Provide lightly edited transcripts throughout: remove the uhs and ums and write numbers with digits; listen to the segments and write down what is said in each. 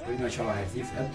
Hoy no he hecho los ejercicios, ¿eh?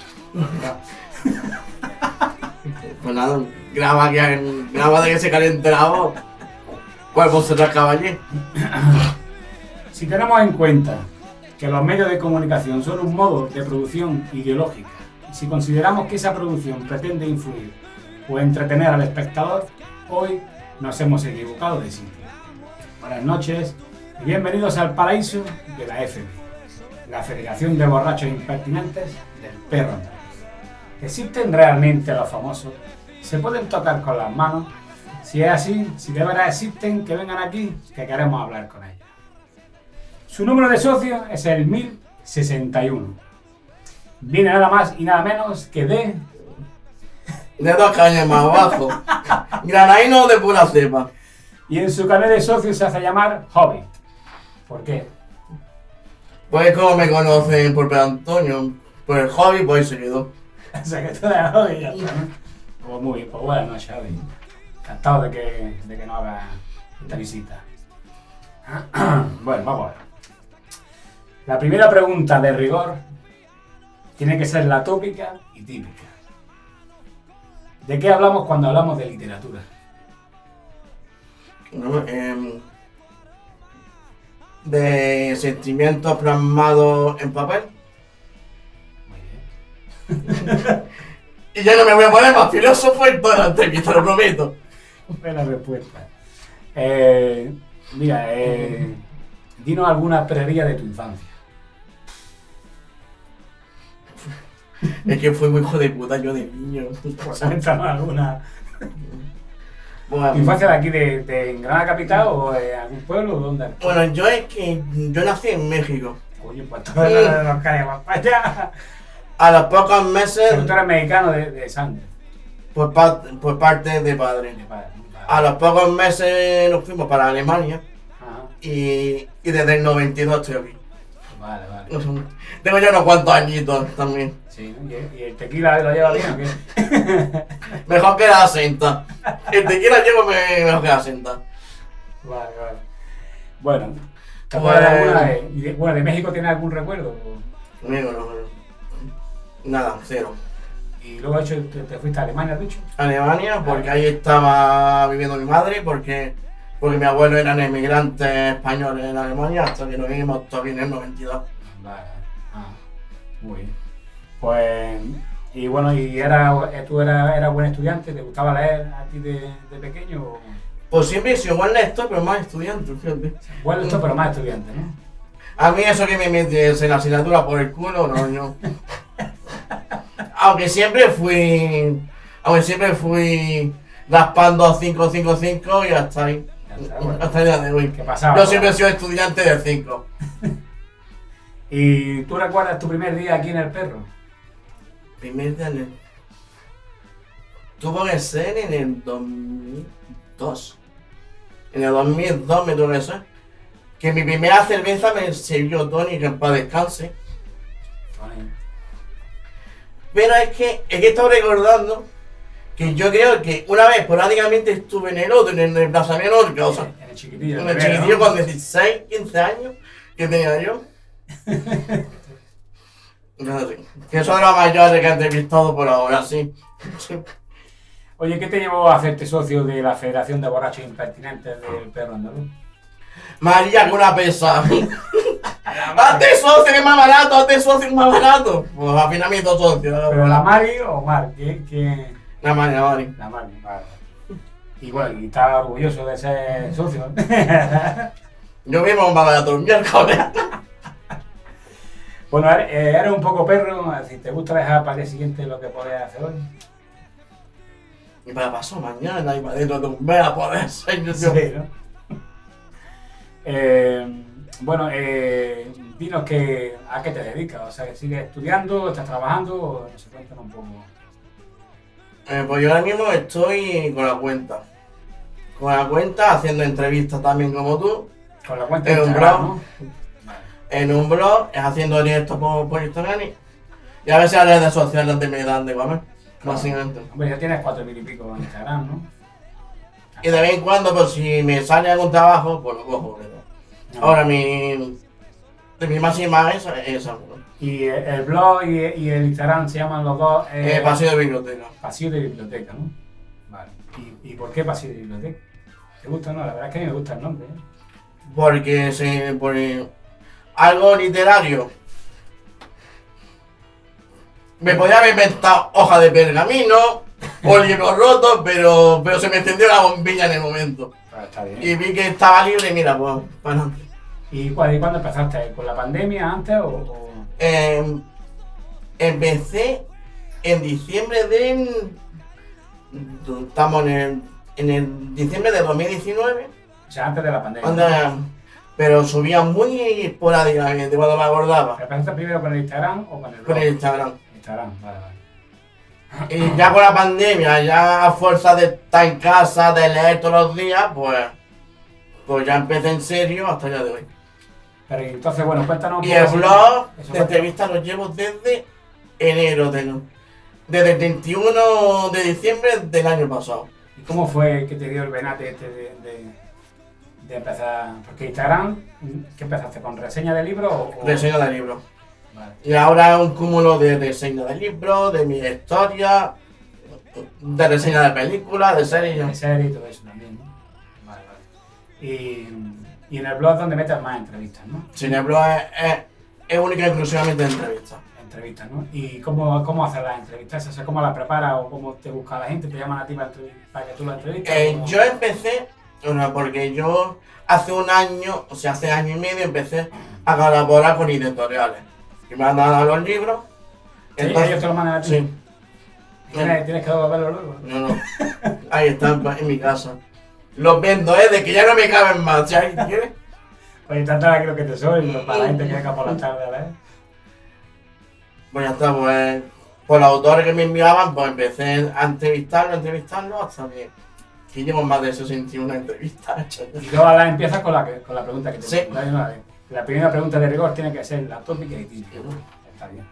Pues nada, graba de que se caliente la voz. Cuerpo se trascaba allí. Si tenemos en cuenta que los medios de comunicación son un modo de producción ideológica, y si consideramos que esa producción pretende influir o entretener al espectador, hoy nos hemos equivocado de sitio. Buenas noches y bienvenidos al paraíso de la FB, la Federación de Borrachos Impertinentes del Perro Andaluz. ¿Existen realmente los famosos? ¿Se pueden tocar con las manos? Si es así, si de verdad existen, que vengan aquí, que queremos hablar con ellos. Su número de socios es el 1061. Viene nada más y nada menos que de 2 cañas más abajo. Granaíno de pura cepa. Y en su canal de socios se hace llamar Hobbit. ¿Por qué? Pues como me conocen por Pedro Antonio, por el hobby, pues seguido. O sea que tú eres Hobbit y ya está, ¿no? Pues muy bien, pues buenas noches, Hobbit. Encantado de que nos haga esta visita. Bueno, vamos a ver. La primera pregunta de rigor tiene que ser la tópica y típica. ¿De qué hablamos cuando hablamos de literatura? ¿No? De sentimientos plasmados en papel. Muy bien. Y ya no me voy a poner más filósofo en toda la entrevista, lo prometo. Buena respuesta. Mira, dinos alguna perrería de tu infancia. Es que fui muy hijo de puta yo de niño. Pues entramos alguna. Bueno, ¿Tu infancia de aquí, de Granada capital o de algún pueblo o dónde? bueno, yo nací en México. Coño, pues todos nos caemos para allá. A los pocos meses, Pero tú eres mexicano de sangre. por parte de padre. De padre. A los pocos meses nos fuimos para Alemania Ajá. y desde el 92 estoy aquí. Vale. Tengo ya unos cuantos añitos también. Sí, ¿no? ¿Y el tequila lo lleva bien o qué? Mejor que la cinta. El tequila llevo mejor que la cinta. Vale. Bueno, ¿te Pues- acuerdas de alguna bueno, ¿de México tienes algún recuerdo? Amigo, no. Nada, cero. Y luego de hecho te fuiste a Alemania, has dicho. Alemania, porque ahí estaba viviendo mi madre, porque mi abuelo eran emigrantes españoles en Alemania hasta que nos vinimos todavía en el 92. Vale. Muy bien. Pues, y bueno, ¿tú eras buen estudiante? ¿Te gustaba leer a ti de pequeño? O... Pues siempre he sido buen lector, pero más estudiante, fíjate. Buen lector, pero más estudiante, ¿no? A mí eso que me metes en la asignatura por el culo, no, yo. Aunque siempre fui raspando 5 y hasta ahí. Ya está, bueno. Hasta el día de hoy. ¿Qué pasaba? Yo siempre he sido estudiante del 5. ¿Y tú recuerdas tu primer día aquí en El Perro? Primer día en el... Tuvo que ser en el 2002. En el 2002 me tuvo que ser. Que mi primera cerveza me sirvió Tony, que en paz descanse. Vale. Pero es que estaba recordando que yo creo que una vez esporádicamente estuve en el otro, en el Plaza Menorca, o sea, En el chiquitillo. en el chiquitillo con 16, 15 años que tenía yo. No sé, que eso de los mayores que he entrevistado por ahora, sí. Oye, ¿qué te llevó a hacerte socio de la Federación de Borrachos Impertinentes del Perro Andaluz? María, que una pesa. Hazte socio que es más barato, hazte socio que es más barato. Pues al final me hizo socio. ¿Pero la Mari o Mar? ¿Qué? La Mari. La Mari, vale. Y bueno, y estaba orgulloso de ser socio. Yo mismo un barato el miércoles. Bueno, eres un poco perro, si te gusta dejar para el día siguiente lo que podías hacer hoy. Y para pasó mañana y para dentro de un mes a poder ser yo. Sí, ¿no? Bueno, dinos a qué te dedicas, o sea, que sigues estudiando, estás trabajando, o no sé, cuéntanos un poco. Pues yo ahora mismo estoy con la cuenta. Con la cuenta, haciendo entrevistas también como tú. Con la cuenta de En un Instagram, blog. ¿no? Vale. En un blog, haciendo directos por Instagram y a veces a redes sociales donde me dan de comer. Básicamente. Hombre, ya tienes 4.000 y pico en Instagram, ¿no? Y de vez en cuando, pues si me sale algún trabajo, pues lo cojo. ¿Verdad? No. Ahora mi máxima es esa. ¿No? Y el blog y el Instagram se llaman los dos... Pasillo de biblioteca. Pasillo de biblioteca, ¿no? Vale. ¿Y por qué pasillo de biblioteca? ¿Te gusta o no? La verdad es que a mí me gusta el nombre, ¿eh? Porque se pone algo literario. Me podía haber inventado hoja de pergamino o libros rotos, pero se me encendió la bombilla en el momento. Pues está bien. Y vi que estaba libre y mira, pues, para adelante. ¿Y cuándo empezaste? ¿Con la pandemia antes o...? Empecé en diciembre de... Estamos en el diciembre de 2019. O sea, antes de la pandemia. Pero subía muy esporádicamente cuando me acordaba. ¿Empezaste primero con el Instagram o con el blog? Con el Instagram. Instagram, vale. Y ya con la pandemia, ya a fuerza de estar en casa, de leer todos los días, pues ya empecé en serio hasta el día de hoy. Pero entonces, bueno, cuéntanos... Y el blog de entrevistas lo llevo desde enero, desde el 21 de diciembre del año pasado. ¿Y cómo fue que te dio el venate este de empezar? Porque Instagram, ¿qué empezaste? ¿Con reseña de libros o...? Reseña de libros. Vale. Y ahora es un cúmulo de reseñas de libros, de mi historia, de reseñas de películas, de series. De series y todo eso también, ¿no? Vale, vale. Y en el blog es donde metes más entrevistas, ¿no? Sí, en el blog es única y exclusivamente de entrevistas. Entrevistas, ¿no? ¿Y cómo haces las entrevistas? O sea, ¿cómo las preparas o cómo te busca la gente? ¿Te llaman a ti para que tú las entrevistas? Yo empecé, porque yo hace un año, o sea, hace año y medio empecé a colaborar con editoriales. Y me han dado los libros. ¿Sí? ¿Ellos te los mandan a ti? Sí. ¿Tienes que devolverlos luego? No. Ahí están en mi casa. Los vendo, de que ya no me caben más. Si alguien quiere. Pues tanto creo que te soy, para la gente que venga por la tarde a leer. Pues ya está, pues por los autores que me enviaban, pues empecé a entrevistarlo hasta que llevo más de 61 entrevistas hechas. Y luego ahora empiezas con la pregunta que te Sí. pregunté. La primera pregunta de rigor tiene que ser la tópica y típica, ¿no? Está bien.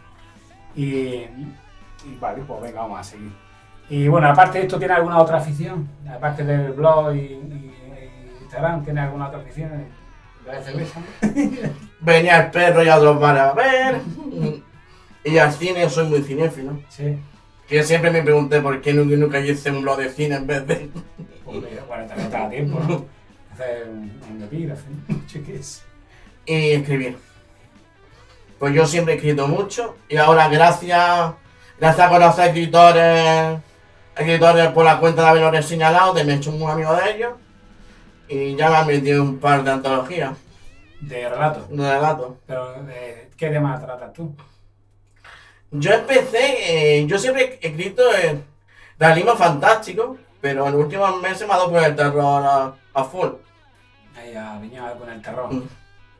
Y vale, pues venga, vamos a seguir. Y bueno, aparte de esto, ¿tienes alguna otra afición? Aparte del blog y Instagram, ¿tienes alguna otra afición? ¿La cerveza? Venía el perro y a otros bares a ver. Y al cine, soy muy cinéfilo. Sí. Que siempre me pregunté por qué nunca hice un blog de cine en vez de... Pues mira, bueno, también te da tiempo, ¿no? Hacer un epígrafe, ¿no? Chiquis. Y escribir. Pues yo siempre he escrito mucho y ahora gracias a conocer escritores por la cuenta de haberlo señalado, me he hecho muy amigo de ellos y ya me han metido un par de antologías. De relatos. De relatos. Pero, ¿qué tema tratas tú? Yo empecé, yo siempre he escrito realismo fantástico, pero en los últimos meses me ha dado por el terror a full. Ahí a viñar con el terror. Mm.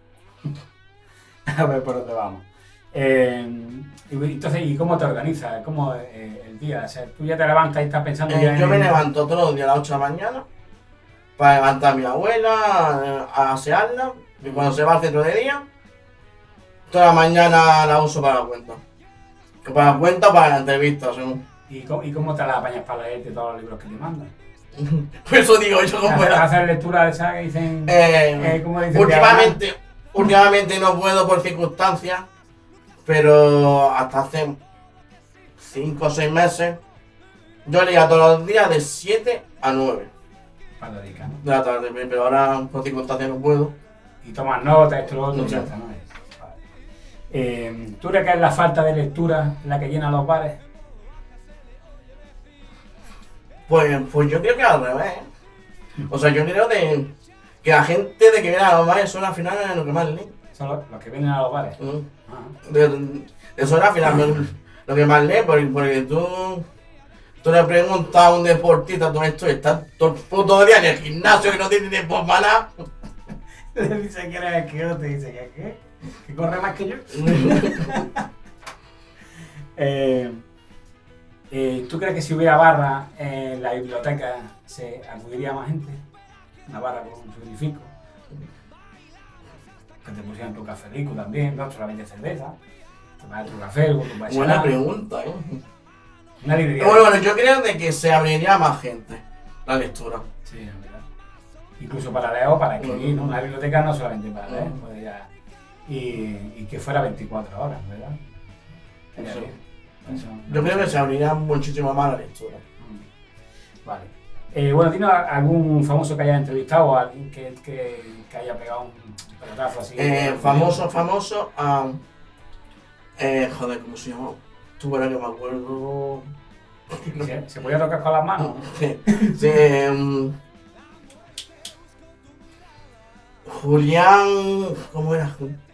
A ver por dónde vamos. Entonces, ¿y cómo te organizas? ¿Cómo el día? O sea, tú ya te levantas y estás pensando ya en... Yo me levanto todos los días a las 8 de la mañana para levantar a mi abuela, a asearla, y cuando se va al centro de día, toda la mañana la uso para la cuenta. Para la cuenta o para la entrevista, según. ¿Y cómo te la apañas para leerte todos los libros que te mandan? Por eso digo yo cómo era. ¿Hacer lectura de esa que dicen... ¿cómo dicen? Últimamente no puedo por circunstancias, pero hasta hace 5 o 6 meses yo leía todos los días de 7 a 9 Para dedicar, ¿no? de la tarde, pero ahora por circunstancias no puedo. Y tomas notas, esto, lo otro, Sí. ya está, ¿no? Vale. ¿Tú crees que es la falta de lectura la que llena los bares? Pues yo creo que al revés. O sea, yo creo que la gente de que viene a los bares son al final lo que más leen. Son los que vienen a los bares. Mm. Ajá. De eso al final lo que más leen, porque tú le preguntas a un deportista todo esto y está todo el puto día en el gimnasio que no tiene tiempo para nada. Le dice que eres esquero, te dice que ¿qué? ¿Que corre más que yo? ¿Tú crees que si hubiera barra en la biblioteca se acudiría más gente? Una barra con un significo. Que te pusieran tu caferico también, no solamente cerveza. Te vas a tu café, luego tu Buena pregunta, Una librería. Bueno, yo creo de que se abriría más gente la lectura. Sí, es verdad. Incluso para leer o para escribir, ¿no? Una biblioteca no solamente para leer, pues ya... y que fuera 24 horas, ¿verdad? Estaría Sí. bien. Eso, Yo creo que se abriría muchísimo más la lectura. Vale. Bueno, ¿tienes algún famoso que hayas entrevistado o alguien que haya pegado un pelotazo así? Famoso. Joder, ¿cómo se llama? Tú verás que me acuerdo. ¿Se podía tocar con las manos? Sí, Julián. ¿Cómo era?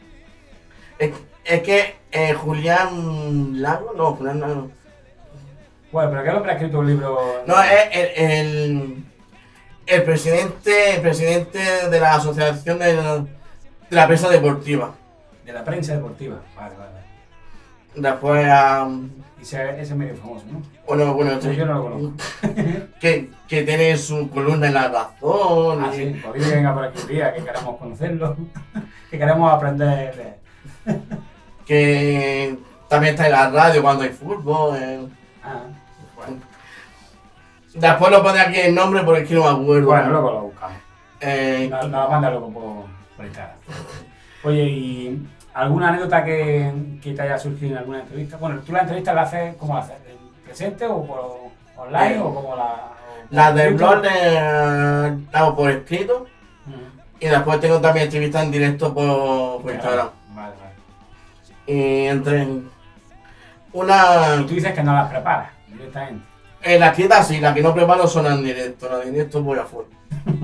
Es que Julián Lago, no, Julián Lago. Bueno, pero que el hombre ha escrito un libro. No, es el presidente de la Asociación de la Prensa Deportiva. De la prensa deportiva. Vale. Después Ese es medio famoso, ¿no? bueno, Sí, yo no lo conozco. que tiene su columna en La Razón. Ah, sí, podría que venga por aquí un día, que queramos conocerlo, que queremos aprender de él. Que también está en la radio cuando hay fútbol. Ah, bueno. Después lo pone aquí el nombre porque es que no me acuerdo. Bueno, luego lo buscamos. Eh, Nos manda luego por Instagram. Oye, ¿y alguna anécdota que te haya surgido en alguna entrevista? Bueno, ¿tú la entrevista la haces, cómo la haces? ¿En presente o por online o como la...? la del blog la hago por escrito y después tengo también entrevistas en directo por Instagram. Vale. Y entre Y una... tú dices que no las preparas directamente. En la escrita sí, la que no preparo son en directo, la de directo voy a full.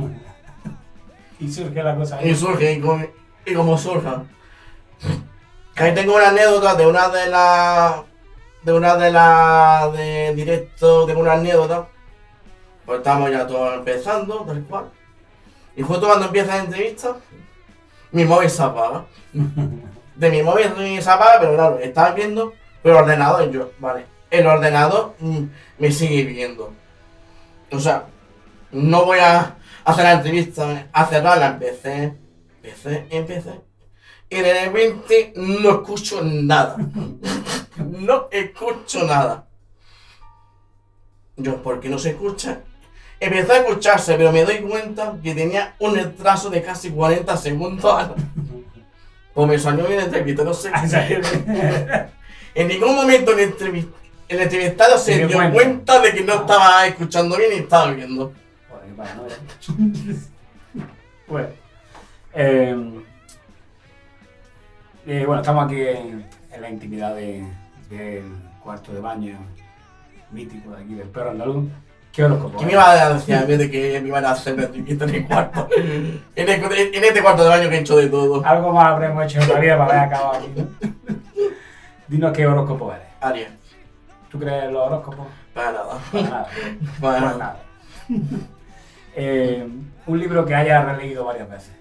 Y surge la cosa. Y surge, y como surja. Que ahí tengo una anécdota de una de las de directo, tengo una anécdota. Pues estamos ya todos empezando, tal cual. Y justo cuando empieza la entrevista, mi móvil se apaga. De mi móvil se apaga, pero claro, estaba viendo, pero el ordenador y yo, vale. El ordenador me sigue viendo. O sea, no voy a hacer la entrevista, a cerrarla, empecé. Y de repente no escucho nada. No escucho nada. Yo, ¿por qué no se escucha? Empezó a escucharse, pero me doy cuenta que tenía un retraso de casi 40 segundos. Pues me salió bien entrevista, no sé. En ningún momento el entrevistado se dio cuenta de que no estaba escuchando bien y estaba viendo. Joder, para no ver. Bueno, estamos aquí en la intimidad del cuarto de baño mítico de aquí del perro andaluz. ¿Qué horóscopo? ¿Qué me iba a decir a mí de que me iban a hacer la entrevista en el cuarto? en este cuarto de baño que he hecho de todo. Algo más habremos hecho en la vida para haber acabado aquí, ¿no? Dinos qué horóscopo eres. Aries. ¿Tú crees en los horóscopos? Para nada. Para nada. Para Pues nada. Un libro que hayas releído varias veces.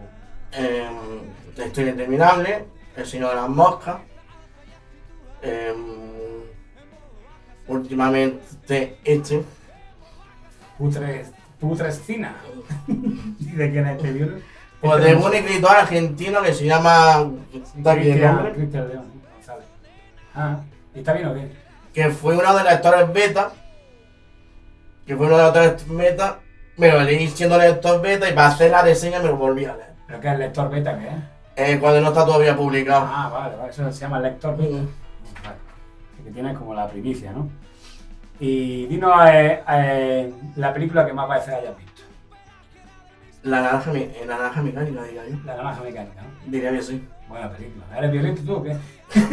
La historia interminable, El Señor de las Moscas. Últimamente Putrescina. ¿De quién es este libro? pues de un escritor argentino que se llama Cristian León González. Ah, ¿y está bien o qué? que fue uno de los lectores beta. Me lo leí siendo lector beta y para hacer la reseña me lo volví a leer. ¿Pero qué es el lector beta? ¿Qué es? Cuando no está todavía publicado. Ah, vale, eso se llama el lector beta. Vale. Que tiene como la primicia, ¿no? Y dinos la película que más veces hayas visto. La naranja mecánica, diría yo. La naranja mecánica, ¿no? Diría que sí. Buena película. ¿Eres violento tú o qué?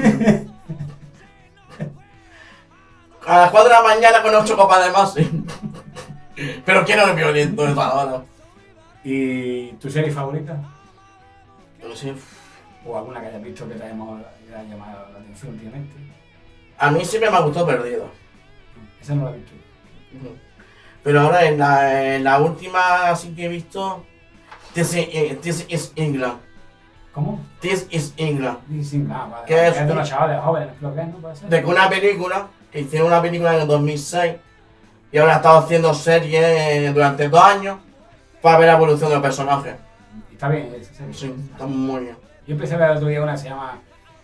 A las 4 de la mañana con 8 copas de más, sí. Pero ¿quién no es violento de esa hora? ¿Y tu serie favorita? Yo no sé. ¿O alguna que hayas visto que te haya llamado la atención últimamente? A mí siempre me ha gustado Perdido. Esa no la he visto. Pero ahora en la última así que he visto, This is England. ¿Cómo? This is England. Sí, vale. ¿Qué es? Es de unos chavales jóvenes, creo que es, ¿no? Puede ser. De que una película, que hicieron una película en el 2006 y ahora ha estado haciendo series durante 2 años para ver la evolución de los personajes. Está bien esa serie. Sí, está muy bien. Yo empecé a ver el otro día una que se llama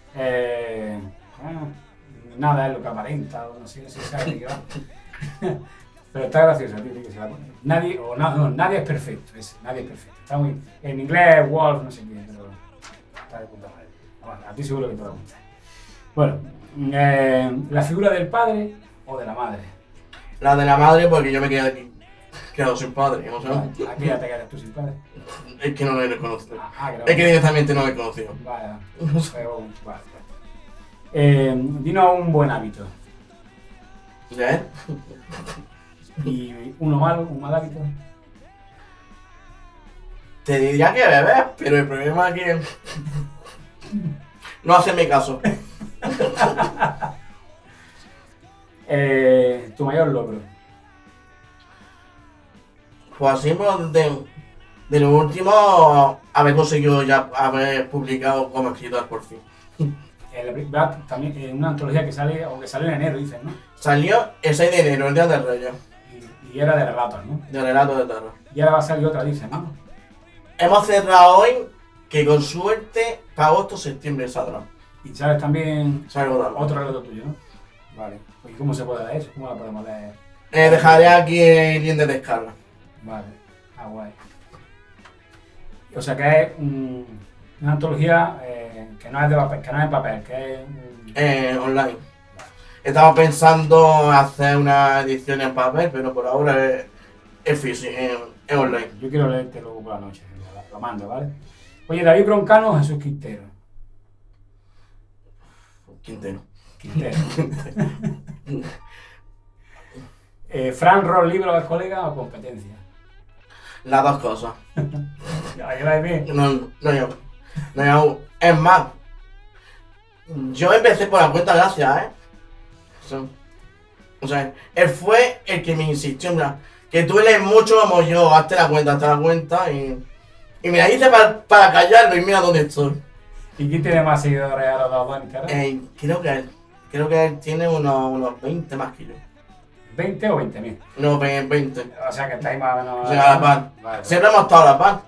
Nada es lo que aparenta, o no sé si sabes de qué va. Pero está graciosa, tío, que se la pone. Nadie es perfecto, nadie es perfecto. Está muy. En inglés, Wolf, no sé qué, pero está de puta madre. Bueno, a ti seguro que te va a gustar. Bueno, la figura del padre o de la madre. La de la madre, porque yo me he quedado sin padre, o sea, Aquí ya te quedas tú sin padre. es que no lo he reconocido. Que no. Es que directamente no lo he conocido. Vale, pero, vale. Dinos un buen hábito. ¿Ya? Y uno malo, un mal hábito. Te diría que beber, pero el problema es que no hacerme caso. Tu mayor logro. Pues así pues, de lo último, haber conseguido ya haber publicado como escritor por fin. También una antología que sale, o que salió en enero, dicen, ¿no? Salió el 6 de enero, el día del Reyes, Y era de relatos, ¿no? de relato de terror. Y ahora va a salir otra, dicen, ¿no? Hemos cerrado hoy, que con suerte, para agosto, septiembre saldrá. Y sabes también Salgo de otro relato tuyo, ¿no? Vale. ¿Y cómo se puede leer eso? ¿Cómo la podemos leer? Dejaré aquí el link de descarga. Vale. Guay. O sea que es una antología que no es de papel, que no es en papel, que es... Online. Estaba pensando hacer una edición en papel, pero por ahora es físico, es online. Yo quiero leerte luego por la noche, lo mando, ¿vale? Oye, David Broncano o Jesús Quintero. Quintero. Fran Ross, libro de colega o competencia. Las dos cosas. ¿La lleváis bien? No, es más, yo empecé por la cuenta gracias, O sea, él fue el que me insistió, en plan, que tú lees mucho como yo, hazte la cuenta y me la hice para callarlo y mira dónde estoy. ¿Y quién tiene más seguidores a los dos en Instagram? Creo que él tiene unos 20 más que yo. ¿20 o 20.000? No, 20. O sea que estáis más o menos... O sea, a la par. Vale. Siempre hemos estado a la par.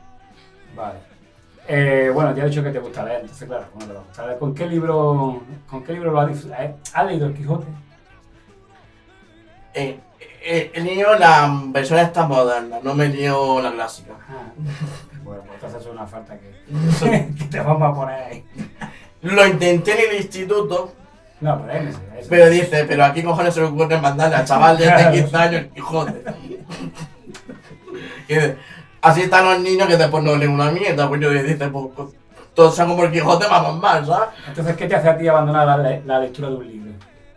Vale. Bueno, ya he dicho que te gusta leer, entonces claro, ¿cómo te va a gustar leer? ¿Con qué libro lo has disfrutado? ¿Has leído El Quijote? He leído la versión esta moderna, no me leo la clásica. Bueno, pues entonces es una falta que te vamos a poner ahí. Lo intenté en el instituto, No, pero es ese. pero dice, pero aquí cojones se le ocurre mandarle al chaval de 15 años El Quijote. Así están los niños que después no leen una mierda, pues yo le dice, pues todos son como El Quijote, vamos mal, ¿sabes? Entonces, ¿qué te hace a ti abandonar la lectura de un libro?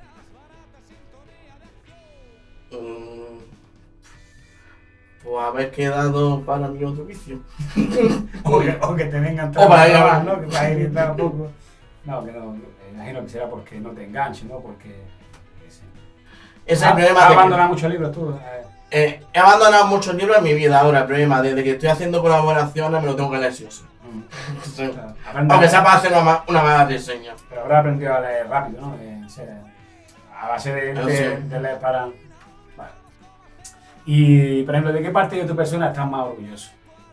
Pues haber quedado para mi otro vicio. o que te vengan todos para ir ¿no? Que para irritar un poco. No, que no, me imagino que será porque no te enganche, ¿no? Porque... Ese es el problema. ¿Has abandonado muchos libros tú? He abandonado muchos libros en mi vida ahora, el problema, desde que estoy haciendo colaboraciones me lo tengo que leer sí o sí. Sí. Claro, Aunque sea para hacer una mala reseña. Pero habrás aprendido a leer rápido, ¿no? A base de leer para... Vale. Y, por ejemplo, ¿de qué parte de tu persona estás más orgulloso?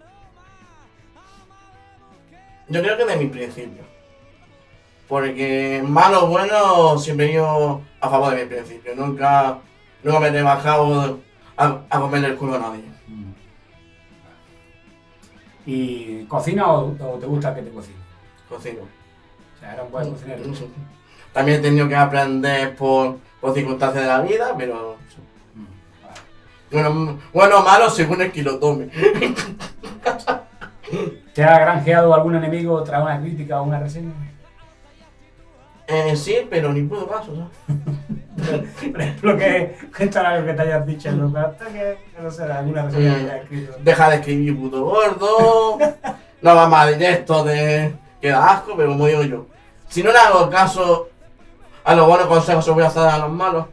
Yo creo que de mi principio. Porque malo o bueno siempre he ido a favor de mi principio. Nunca me he rebajado a comerle el culo a nadie. ¿Y cocina o te gusta que te cocine? Cocino. O sea, era un buen cocinero. También he tenido que aprender por circunstancias de la vida, pero... Bueno o malo según el que lo tome. ¿Te ha granjeado algún enemigo tras una crítica o una reseña? Sí, pero ni puto caso, ¿sabes? Por ejemplo, cuéntame algo que te hayas dicho en los hasta que no sé, alguna reseña que hayas escrito. Deja de escribir, puto gordo. No va más directo de... que da asco, pero como digo yo. Si no le hago caso a los buenos consejos, se voy a hacer a los malos.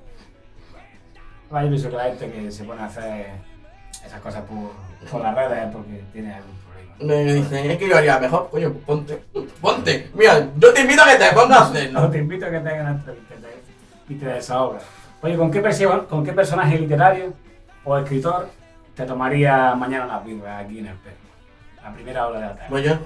Yo pienso que la gente que se pone a hacer esas cosas por las redes es porque tiene algún problema. Me dicen, es que yo haría mejor, coño, pues ponte. Mira, yo te invito a que te pongas a hacerlo. No, te invito a que te hagan una entrevista y te desahogas. Oye, ¿con qué personaje literario o escritor te tomaría mañana unas birras aquí en el perro? La primera hora de la tarde. Pues yo...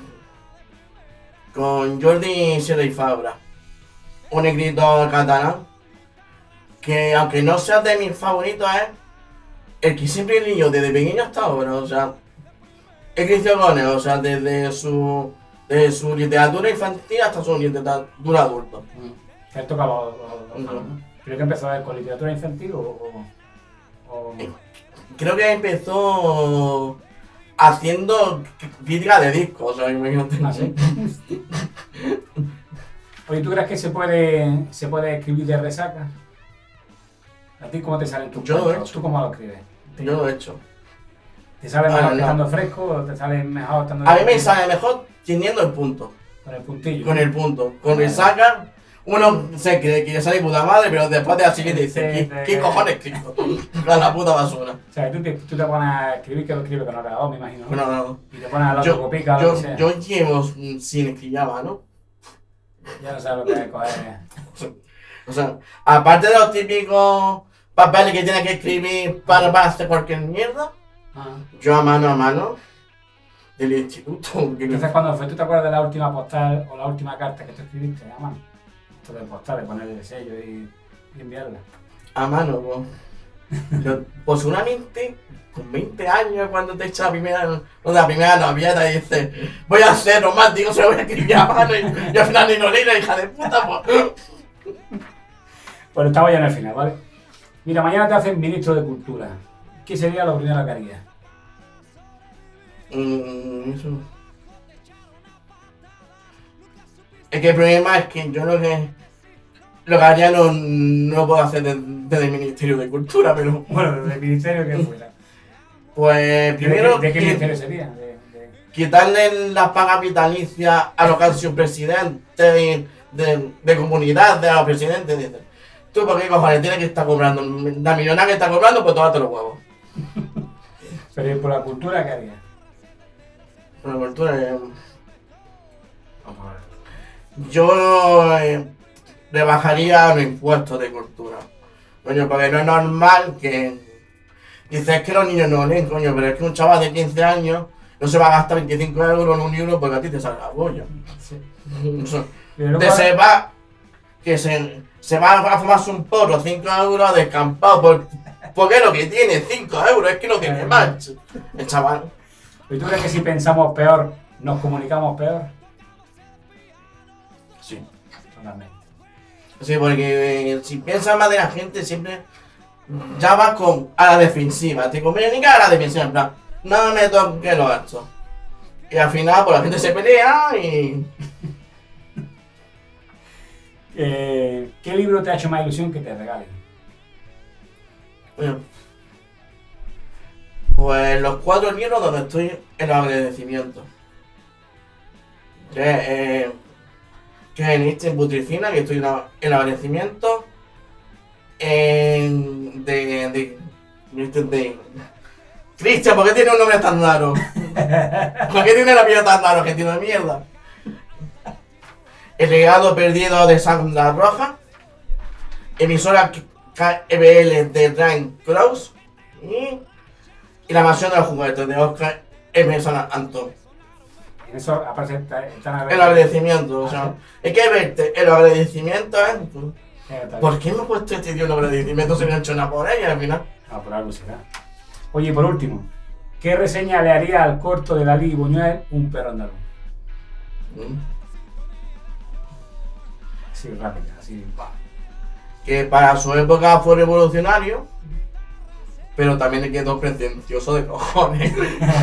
con Jordi Sierra y Fabra, un escritor catalán, que aunque no sea de mis favoritos es el que siempre he leído desde pequeño hasta ahora, o sea, he crecido con él, o sea, desde su De su literatura infantil hasta su literatura adulta. Él toca los palos, ¿no? ¿Pero que empezó a ver con literatura infantil o...? Creo que empezó haciendo crítica de discos, o sea, imagínate. ¿Ah, sí? Oye, ¿tú crees que se puede escribir de resaca? ¿A ti cómo te salen tus Yo lo he cuentos? hecho. ¿Tú cómo lo escribes? Yo lo he hecho. ¿Te sale mejor no. estando fresco o te sale mejor estando... A mí me sale mejor teniendo el punto. Con el puntillo. Con el punto. Con resaca, uno se cree que le sale puta madre, pero después de así que te dice, ¿qué cojones escribo? A la puta basura. O sea, tú te pones a escribir, que lo escribes con ordenador, me imagino, ¿no? No. Y te pones a la copica o lo que sea. Yo llevo sin escribir a mano. Ya no sabes lo que es coger. O sea, aparte de los típicos papeles que tienes que escribir para hacer cualquier mierda, yo a mano del instituto. Entonces, cuando fue, ¿tú te acuerdas de la última postal o la última carta que tú escribiste a mano? Esto de postal, de poner el sello y enviarla. A mano, pues seguramente con 20 años cuando te echa la primera novieta y dices, voy a ser romántico, se lo voy a escribir a mano y al final ni lo leí, la hija de puta, pues. Bueno, estamos ya en el final, ¿vale? Mira, mañana te hacen ministro de Cultura. ¿Qué sería lo primero que harías? Eso. Es que el problema es que yo lo que haría no lo puedo hacer desde el Ministerio de Cultura, pero... Bueno, del ministerio que fuera. Pues primero... ¿De qué ministerio sería? Quitarle la paga vitalicia a los que han sido presidentes de comunidad, de los presidentes. Dice, tú, ¿por qué cojones tienes que estar cobrando? La millonada que está cobrando, pues tómate los huevos. Pero por la cultura, ¿qué harías? Por la cultura... Yo rebajaría los impuestos de cultura. Coño, porque no es normal que... Dices que los niños no leen, coño, pero es que un chaval de 15 años no se va a gastar 25 euros en un libro porque a ti te sale la polla. Sí. Se va a fumarse un porro 5 euros descampado porque es lo que tiene, 5 euros, es que no tiene más. El chaval. ¿Y tú crees que si pensamos peor, nos comunicamos peor? Sí. Totalmente. Sí, porque si piensas más de la gente siempre ya va a la defensiva, te comunica a la defensiva, en plan, no me toques los actos. Y al final pues la gente se pelea y... ¿Qué libro te ha hecho más ilusión que te regalen? Pues los 4 libros donde estoy en los agradecimientos. Que es en Instinct Putricina, que estoy en el agradecimiento. Cristian, ¿por qué tiene un nombre tan raro? ¿Por qué tiene la vida tan raro, que tiene mierda? El legado perdido de Sandra Roja. Emisora KBL de Ryan Krauss. Y la mansión de los juguetes de Oscar M. Antón. En eso aparece están El agradecimiento, o sea, hay que verte, el agradecimiento es... ¿Por qué me he puesto este tío el agradecimiento si no he hecho nada por ella al final? Ah, por algo será. Oye, y por último, ¿qué reseña le haría al corto de Dalí y Buñuel Un perro andaluz? Así rápida, así... Que para su época fue revolucionario, pero también le quedó pretencioso de cojones.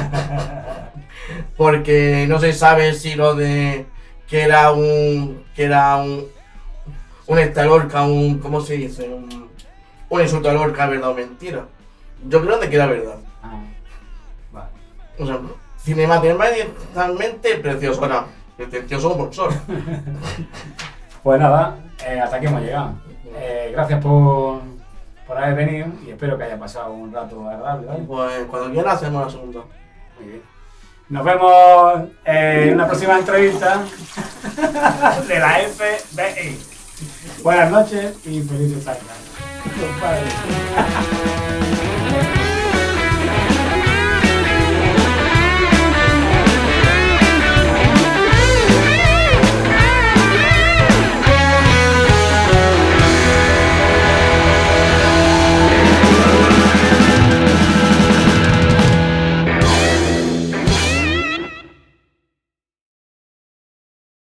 Porque no se sabe si lo de que era un estalorca, ¿cómo se dice? Un insulto a Lorca, verdad o mentira. Yo creo que era verdad. Vale. O sea, cinematográficamente precioso, ahora, pretencioso como el sol. Pues nada, hasta aquí hemos llegado. Gracias por haber venido y espero que haya pasado un rato agradable, ¿vale? Pues cuando quiera hacemos la segunda. Muy bien. Nos vemos en una próxima entrevista de la FBI. Buenas noches y felices años.